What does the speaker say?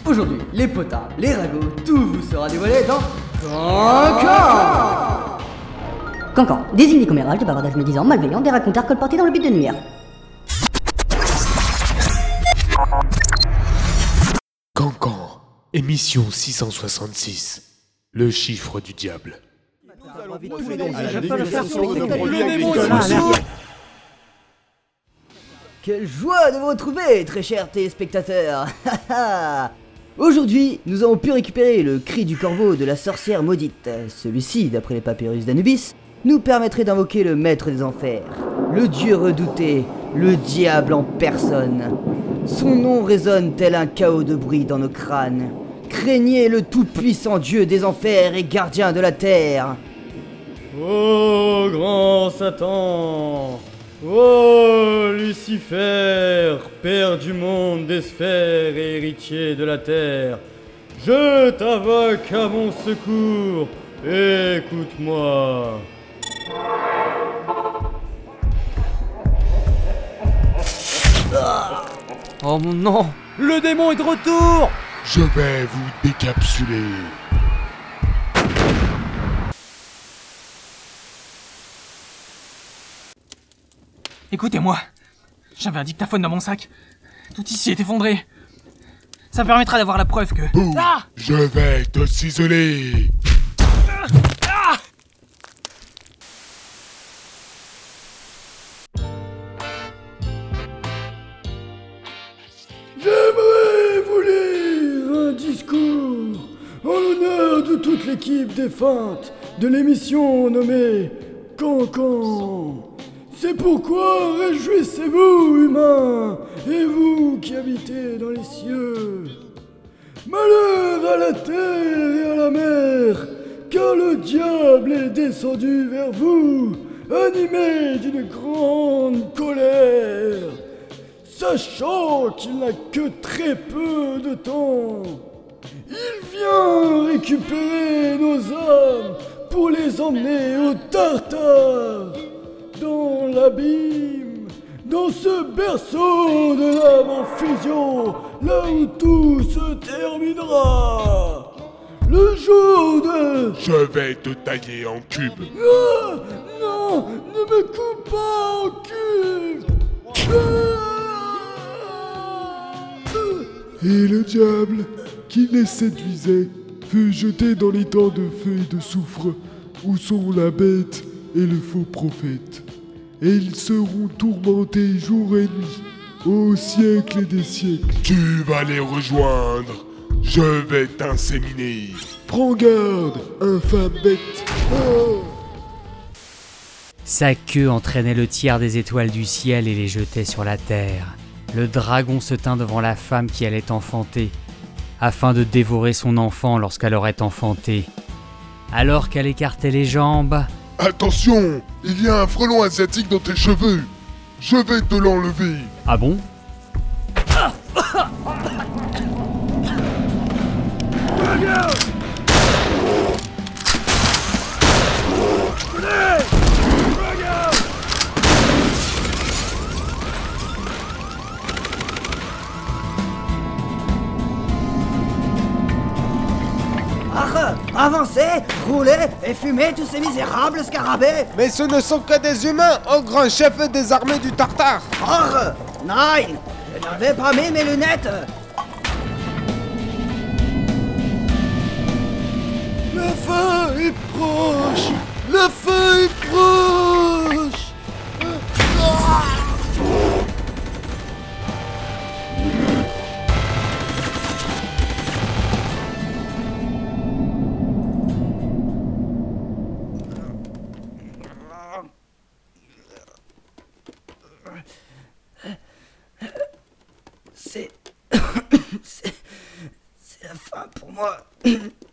Aujourd'hui, les potins, les ragots, tout vous sera dévoilé dans Cancan. Cancan, désigne commérage de bavardages médisants, malveillants, des racontars colportés dans le but de nuire. Cancan, émission 666, le chiffre du diable. Quelle joie de vous retrouver, très chers téléspectateurs. Aujourd'hui, nous avons pu récupérer le cri du corbeau de la sorcière maudite. Celui-ci, d'après les papyrus d'Anubis, nous permettrait d'invoquer le maître des enfers, le dieu redouté, le diable en personne. Son nom résonne tel un chaos de bruit dans nos crânes. Craignez le tout-puissant dieu des enfers et gardien de la terre. Ô grand Satan, ô Lucifer, père du monde des sphères et héritier de la terre, je t'invoque à mon secours, écoute-moi. Oh non, le démon est de retour. Je vais vous décapsuler. Écoutez-moi, j'avais un dictaphone dans mon sac. Tout ici est effondré. Ça me permettra d'avoir la preuve que... Boum, je vais te ciseler. J'aimerais vous lire un discours en l'honneur de toute l'équipe défunte de l'émission nommée Cancan. C'est pourquoi réjouissez-vous, humains, et vous qui habitez dans les cieux. Malheur à la terre et à la mer, car le diable est descendu vers vous, animé d'une grande colère, sachant qu'il n'a que très peu de temps. Il vient récupérer nos âmes pour les emmener au Tartare, dans l'abîme, dans ce berceau de lave en fusion, là où tout se terminera. Le jour de... Je vais te tailler en cubes. Ah, non, ne me coupe pas en cul. Et le diable, qui les séduisait, fut jeté dans les temps de feu et de soufre, où sont la bête et le faux prophète. Et ils seront tourmentés jour et nuit, au siècle et des siècles. Tu vas les rejoindre. Je vais t'inséminer. Prends garde, infâme bête. Oh. Sa queue entraînait le tiers des étoiles du ciel et les jetait sur la terre. Le dragon se tint devant la femme qui allait enfanter, afin de dévorer son enfant lorsqu'elle aurait enfanté. Alors qu'elle écartait les jambes... Attention, il y a un frelon asiatique dans tes cheveux. Je vais te l'enlever. Ah bon ? Avancez, roulez et fumez tous ces misérables scarabées. Mais ce ne sont que des humains, ô grand chef des armées du Tartare. Or, Nine, je n'avais pas mis mes lunettes. La fin est proche. La fin est proche. C'est la fin pour moi.